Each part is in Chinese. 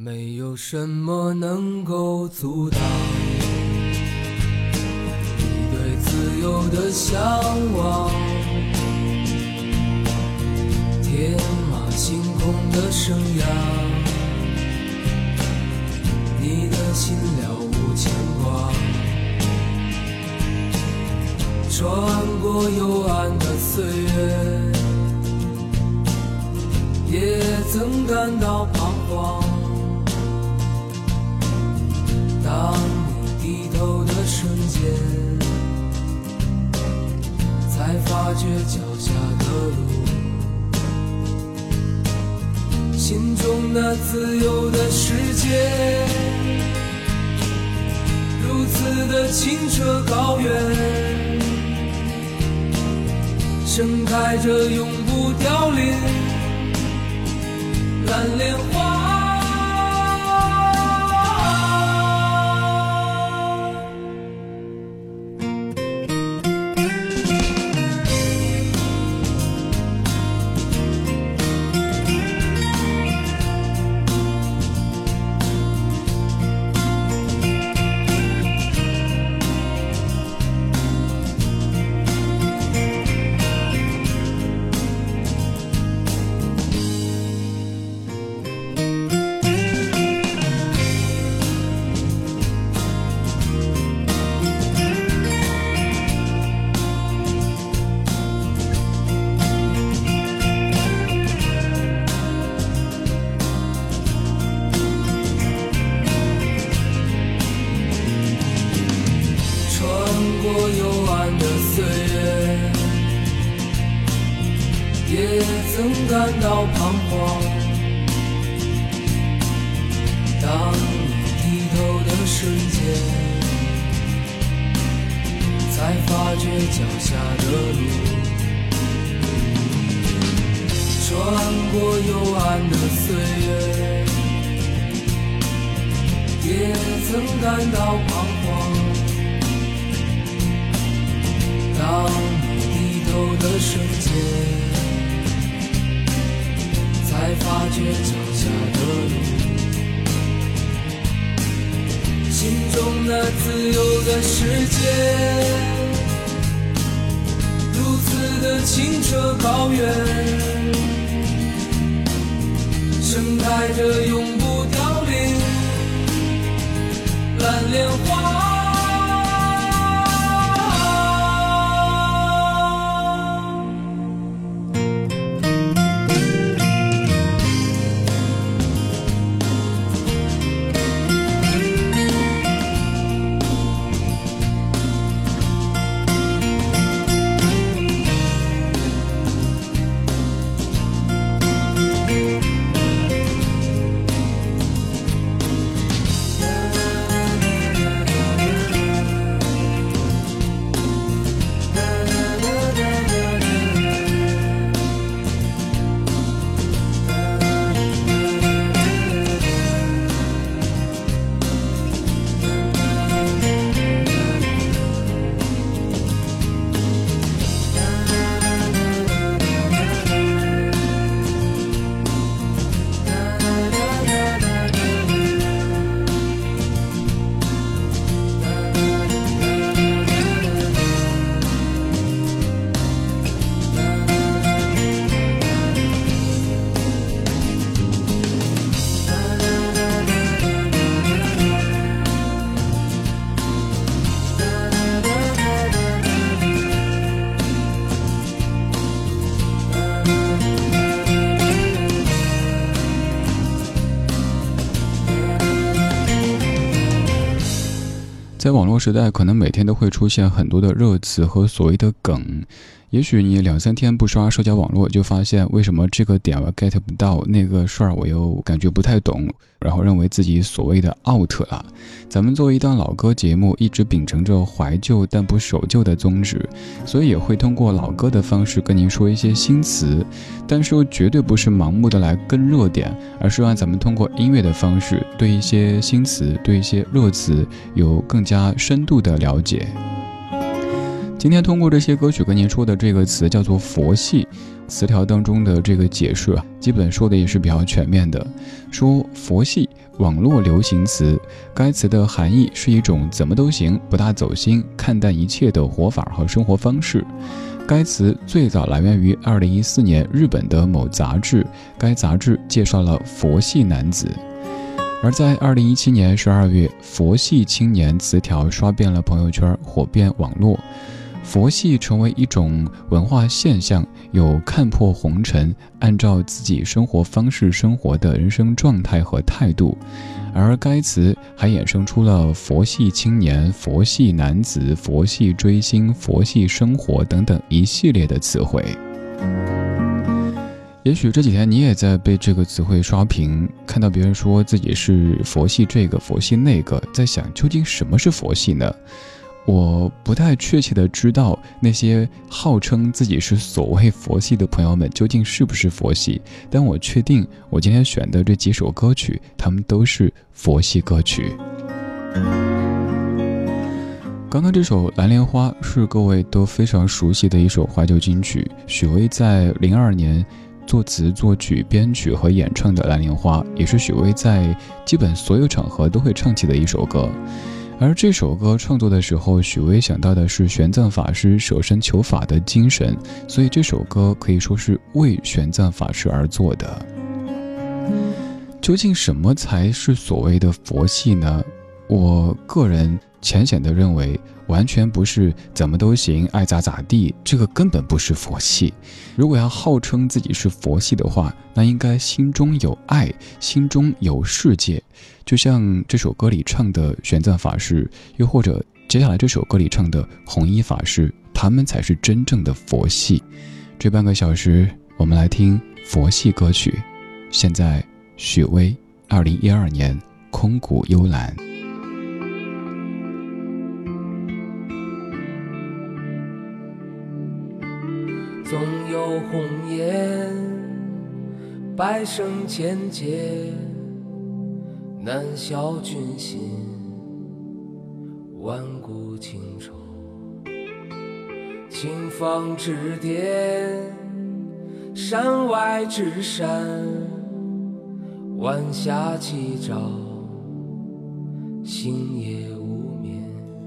没有什么能够阻挡你对自由的向往，天马行空的生涯，你的心了无牵挂，穿过幽暗的岁月，也曾感到彷徨。当你低头的瞬间，才发觉脚下的路，心中那自由的世界，如此的清澈高远，盛开着永不凋零蓝莲花。曾感到彷徨，当你低头的瞬间，才发觉脚下的路，穿过幽暗的岁月，也曾感到彷徨，当你低头的瞬间，才发觉脚下的路，心中那自由的世界，如此的清澈高远，盛开着永不凋零蓝莲花。 在网络时代，可能每天都会出现很多的热词和所谓的梗。也许你2-3天不刷社交网络，就发现为什么这个点我 get 不到，那个事儿我又感觉不太懂，然后认为自己所谓的 out 了。咱们作为一档老歌节目，一直秉承着怀旧但不守旧的宗旨，所以也会通过老歌的方式跟您说一些新词，但是又绝对不是盲目的来跟热点，而是让咱们通过音乐的方式，对一些新词，对一些热词有更加深度的了解。今天通过这些歌曲跟您说的这个词叫做佛系。 词条当中的这个解释基本说的也是比较全面的。说佛系网络流行词，该词的含义是一种怎么都行、不大走心、看淡一切的活法和生活方式。该词最早来源于2014年日本的某杂志，该杂志介绍了佛系男子。而在2017年12月，佛系青年词条刷遍了朋友圈，火遍网络。佛系成为一种文化现象，有看破红尘，按照自己生活方式生活的人生状态和态度。而该词还衍生出了佛系青年、佛系男子、佛系追星、佛系生活等等一系列的词汇。也许这几天你也在被这个词汇刷屏，看到别人说自己是佛系这个佛系那个，在想究竟什么是佛系呢？我不太确切的知道那些号称自己是所谓佛系的朋友们究竟是不是佛系，但我确定我今天选的这几首歌曲，他们都是佛系歌曲。刚刚这首《蓝莲花》是各位都非常熟悉的一首怀旧金曲，许巍在02年作词作曲编曲和演唱的《蓝莲花》，也是许巍在基本所有场合都会唱起的一首歌。而这首歌创作的时候，许巍想到的是玄奘法师舍身求法的精神，所以这首歌可以说是为玄奘法师而做的。究竟什么才是所谓的佛系呢？我个人浅显地认为，完全不是怎么都行，爱咋咋地，这个根本不是佛系。如果要号称自己是佛系的话，那应该心中有爱，心中有世界。就像这首歌里唱的玄奘法师，又或者接下来这首歌里唱的弘一法师，他们才是真正的佛系。这半个小时我们来听佛系歌曲。现在许巍2012年空谷幽兰。 总有红颜百生千劫，难消君心万古情仇。青放之巅，山外之山，晚霞起照，星夜无眠。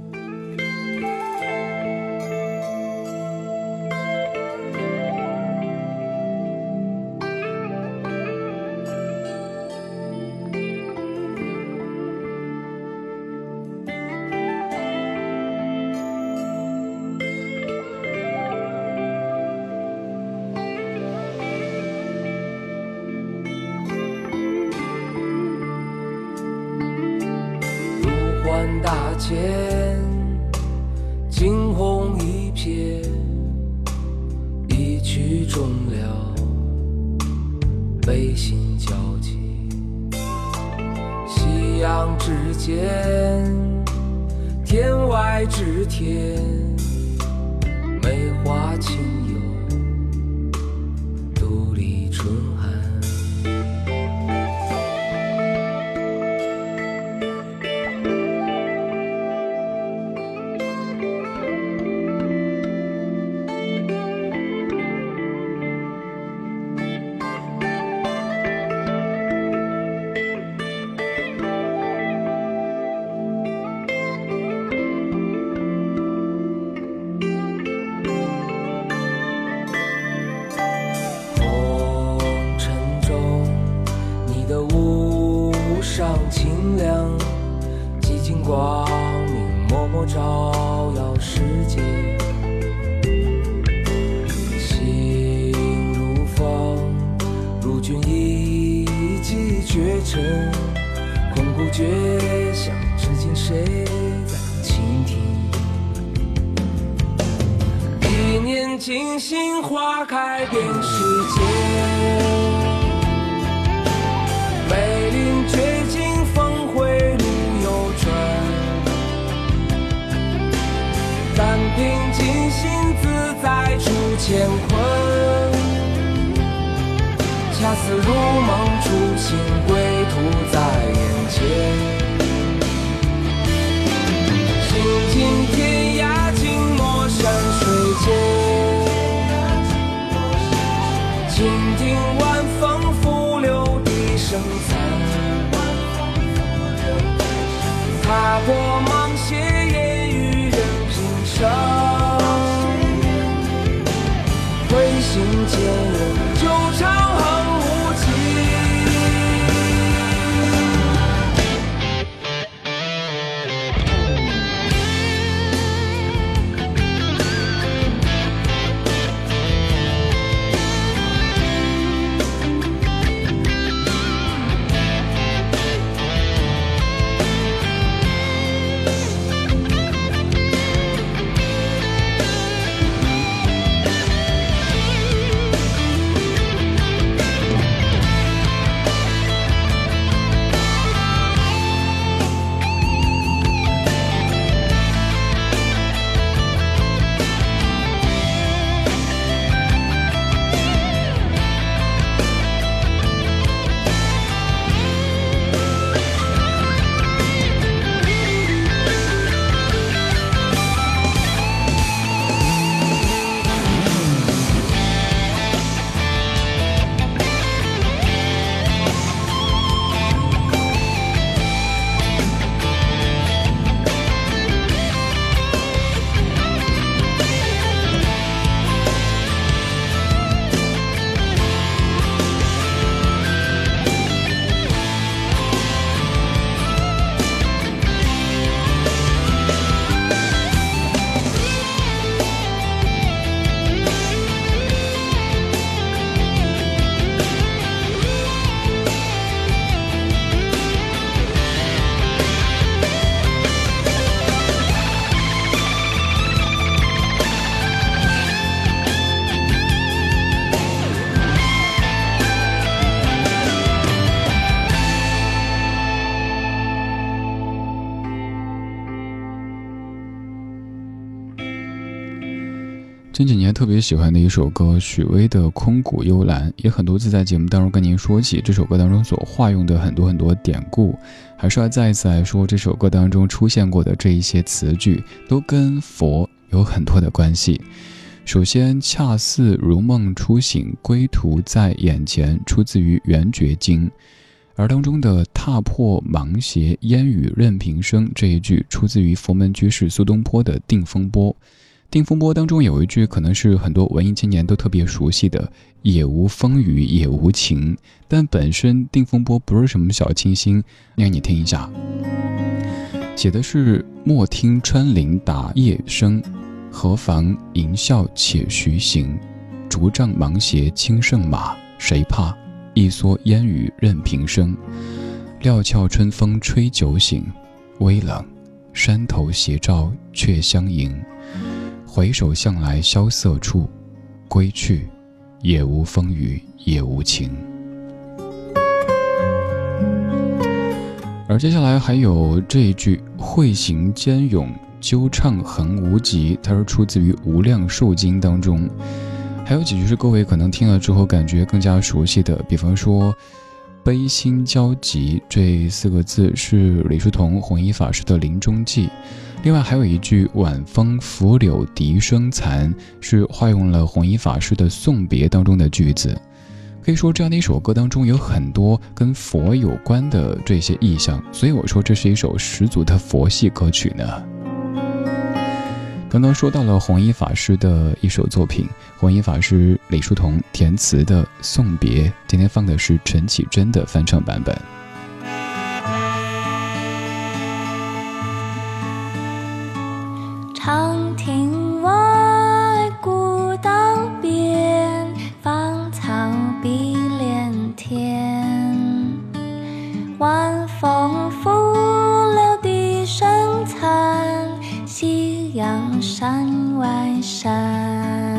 大千惊鸿一瞥，一曲终了，悲心交集。夕阳之间，天外之天，梅花清幽，独立春寒。清凉，寂静光明默默照耀世界。心如风，如君一骑绝尘，空谷绝响，至今谁在倾听？一念惊心，花开遍世界。梅林绝境，峰回路有转，但凭尽心自在除乾坤。恰似如梦初醒，归途在眼前。行尽天涯，尽陌山水间。 近几年特别喜欢的一首歌，许巍的《空谷幽兰》，也很多次在节目当中跟您说起这首歌当中所化用的很多典故，还是要再一次来说这首歌当中出现过的这一些词句，都跟佛有很多的关系。首先，恰似如梦初醒，归途在眼前，出自于《圆觉经》，而当中的踏破芒鞋，烟雨任平生这一句出自于佛门居士苏东坡的《定风波》。定风波当中有一句可能是很多文艺青年都特别熟悉的，也无风雨也无晴，但本身定风波不是什么小清新，让你听一下。写的是莫听穿林打叶声，何妨吟啸且徐行，竹杖芒鞋轻胜马，谁怕一蓑烟雨任平生，料峭春风吹酒醒，微冷山头斜照却相迎，回首向来萧瑟处，归去也无风雨也无晴。而接下来还有这一句慧行坚勇，纠畅恒无极，它是出自于《无量寿经》当中。还有几句是各位可能听了之后感觉更加熟悉的，比方说悲心交集这4个字是李叔同弘一法师的临终记。另外还有一句晚风拂柳笛声残，是化用了弘一法师的送别当中的句子。可以说这样的一首歌当中有很多跟佛有关的这些意象，所以我说这是一首十足的佛系歌曲呢。刚刚说到了弘一法师的一首作品，弘一法师李叔同填词的《送别》，今天放的是陈绮贞的翻唱版本。 长亭外，古道边，芳草碧连天。晚风拂柳笛声残，夕阳山外山。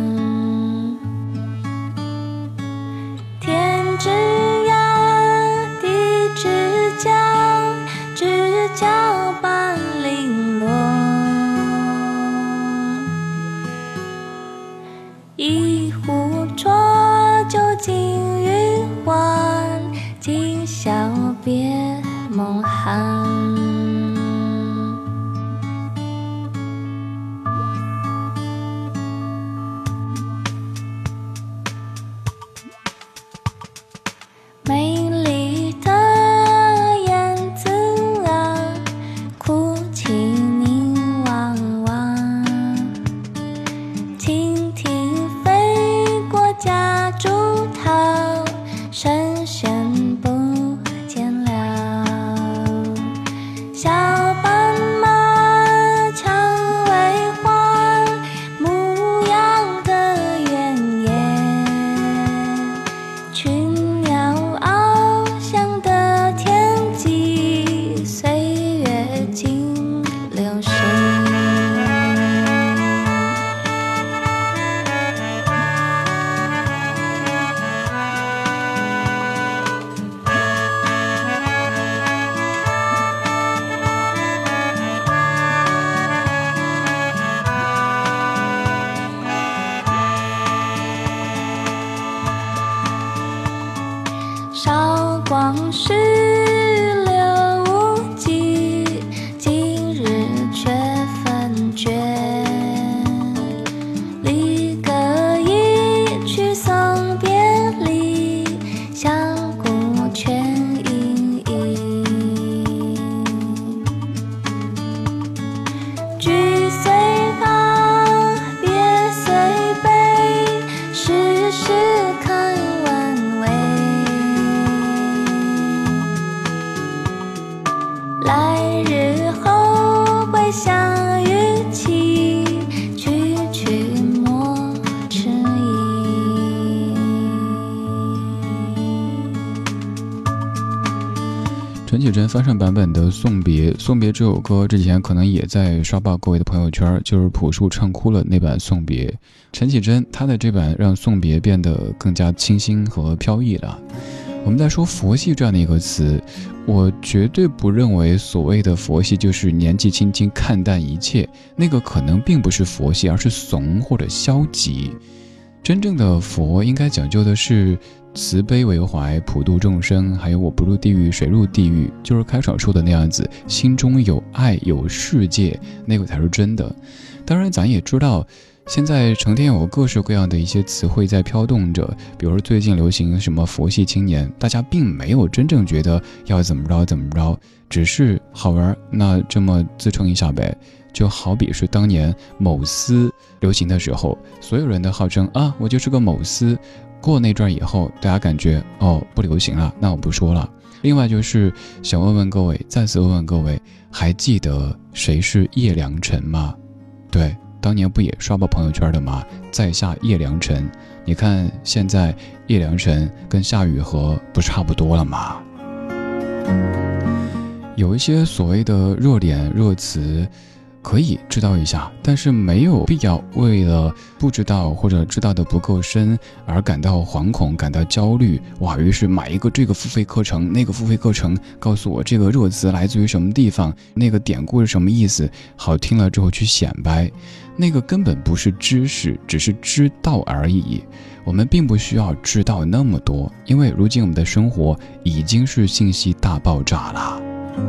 天之涯，地之角，知交半零落。一壶浊酒尽余欢，今宵别梦寒。美丽的燕子啊，哭泣凝望望，蜻蜓飞过夹竹桃，神仙不见了。小斑马蔷薇花，牧羊的原野，群鸟翱翔的天际，岁月静流逝。韶光逝，流无迹，今日却分觉。离歌一曲送别离，相顾却依依。聚随发，别随悲，世事看问味。来日后会相遇期，句句莫迟疑。 陈绮贞翻唱版本的《送别》，送别这首歌之前可能也在刷爆各位的朋友圈，就是朴树唱哭了那版《送别》。陈绮贞她的这版让送别变得更加清新和飘逸了。 我们在说佛系这样的一个词，我绝对不认为所谓的佛系就是年纪轻轻看淡一切，那个可能并不是佛系，而是怂或者消极。真正的佛应该讲究的是慈悲为怀，普度众生，还有我不入地狱谁入地狱，就是开场说的那样子，心中有爱有世界，那个才是真的。当然咱也知道现在成天有各式各样的一些词汇在飘动着，比如最近流行什么佛系青年，大家并没有真正觉得要怎么着怎么着，只是好玩，那这么自称一下呗。就好比是当年某丝流行的时候，所有人都号称啊，我就是个某丝，过那段以后，大家感觉哦不流行了，那我不说了。另外就是想问问各位，再次问问各位，还记得谁是叶良辰吗？对，当年不也刷爆朋友圈的吗？在下叶良辰，你看现在叶良辰跟夏雨荷不差不多了吗？有一些所谓的热点热词可以知道一下，但是没有必要为了不知道或者知道的不够深而感到惶恐，感到焦虑。哇，于是买一个这个付费课程，那个付费课程告诉我这个热词来自于什么地方，那个典故是什么意思，好听了之后去显摆，那个根本不是知识，只是知道而已。我们并不需要知道那么多，因为如今我们的生活已经是信息大爆炸了。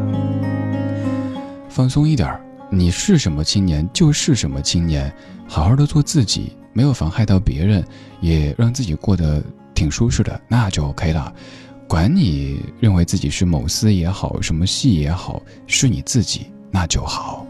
放松一点，你是什么青年就是什么青年，好好的做自己，没有妨害到别人，也让自己过得挺舒适的，那就 OK 了。管你认为自己是某丝也好，什么系也好，是你自己，那就好。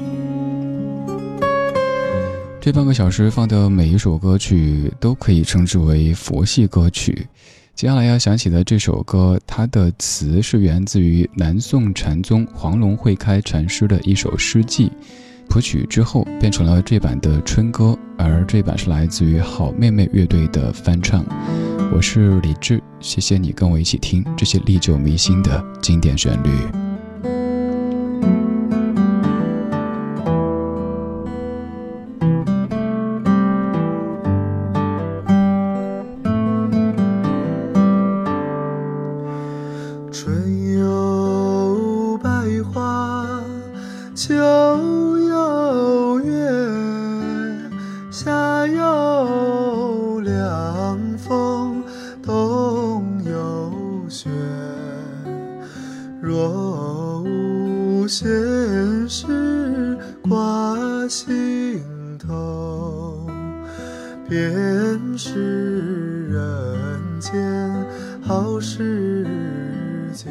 这半个小时放的每一首歌曲都可以称之为佛系歌曲。接下来要想起的这首歌，它的词是源自于南宋禅宗黄龙会开禅师的一首诗记，谱曲之后变成了这版的春歌，而这版是来自于好妹妹乐队的翻唱。我是李志，谢谢你跟我一起听这些历久弥新的经典旋律。 若无闲事挂心头，便是人间好时节。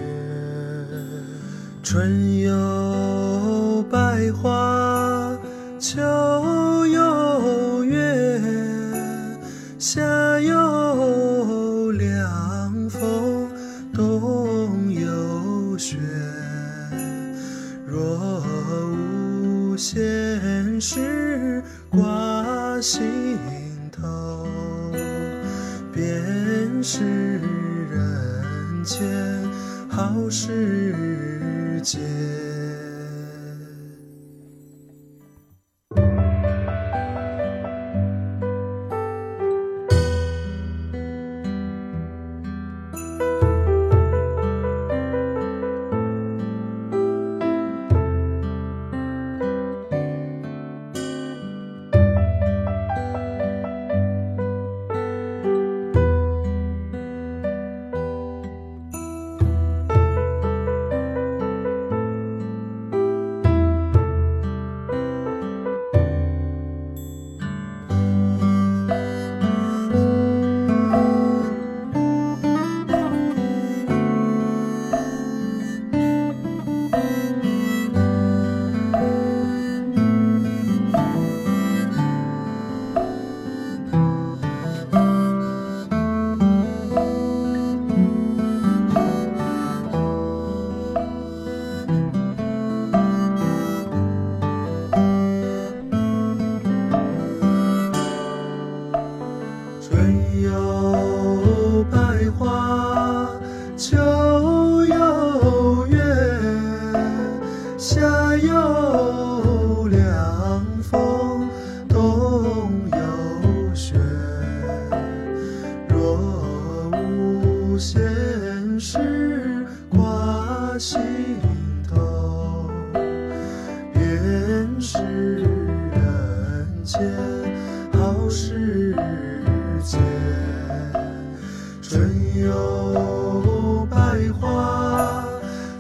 春有百花，秋有月，夏有凉风，冬有雪。若无闲事挂心头，便是人间好时节。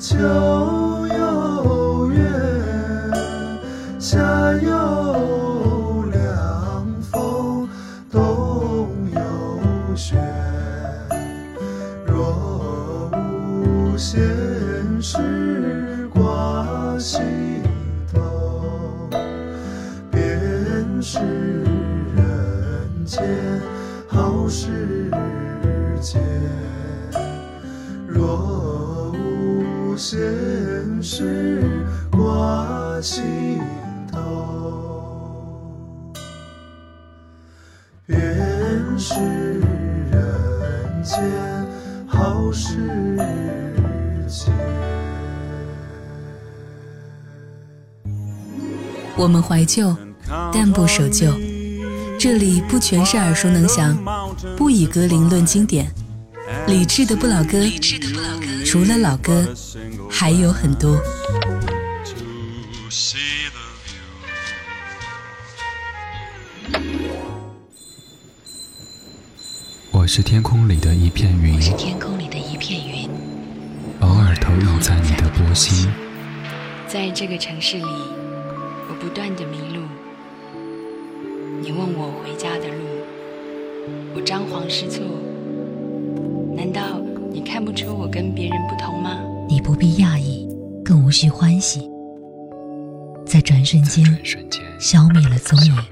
秋有月，夏有凉风，冬有雪。若无闲事挂心头，便是人间好时节。若无闲事挂心头，便是人间好时节。 我们怀旧，但不守旧。这里不全是耳熟能详，不以歌龄论经典。理智的不老歌，除了老歌，还有很多。 我是天空里的一片云，偶尔投影在你的波心。 在这个城市里，我不断地迷路。你问我回家的路，我张皇失措。难道你看不出我跟别人不同吗？ 你不必讶异，更无需欢喜。在转瞬间消灭了踪影。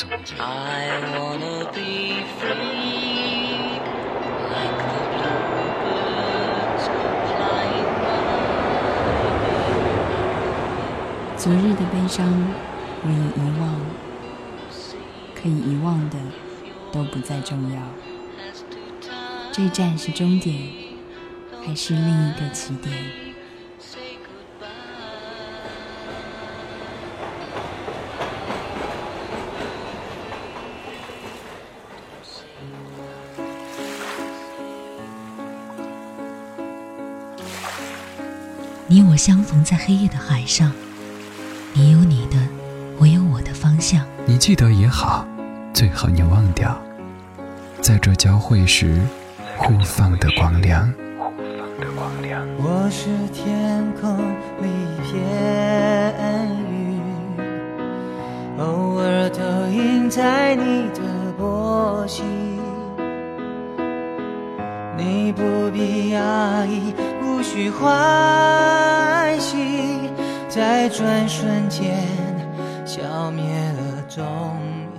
昨日的悲伤我已遗忘，可以遗忘的都不再重要。这站是终点，还是另一个起点？ 你我相逢在黑夜的海上，你有你的，我有我的方向。 你记得也好，最好你忘掉，在这交汇时互放的光亮。 我是天空里一片云，偶尔投影在你的波心。你不必讶异，无需欢喜，在转瞬间消灭了踪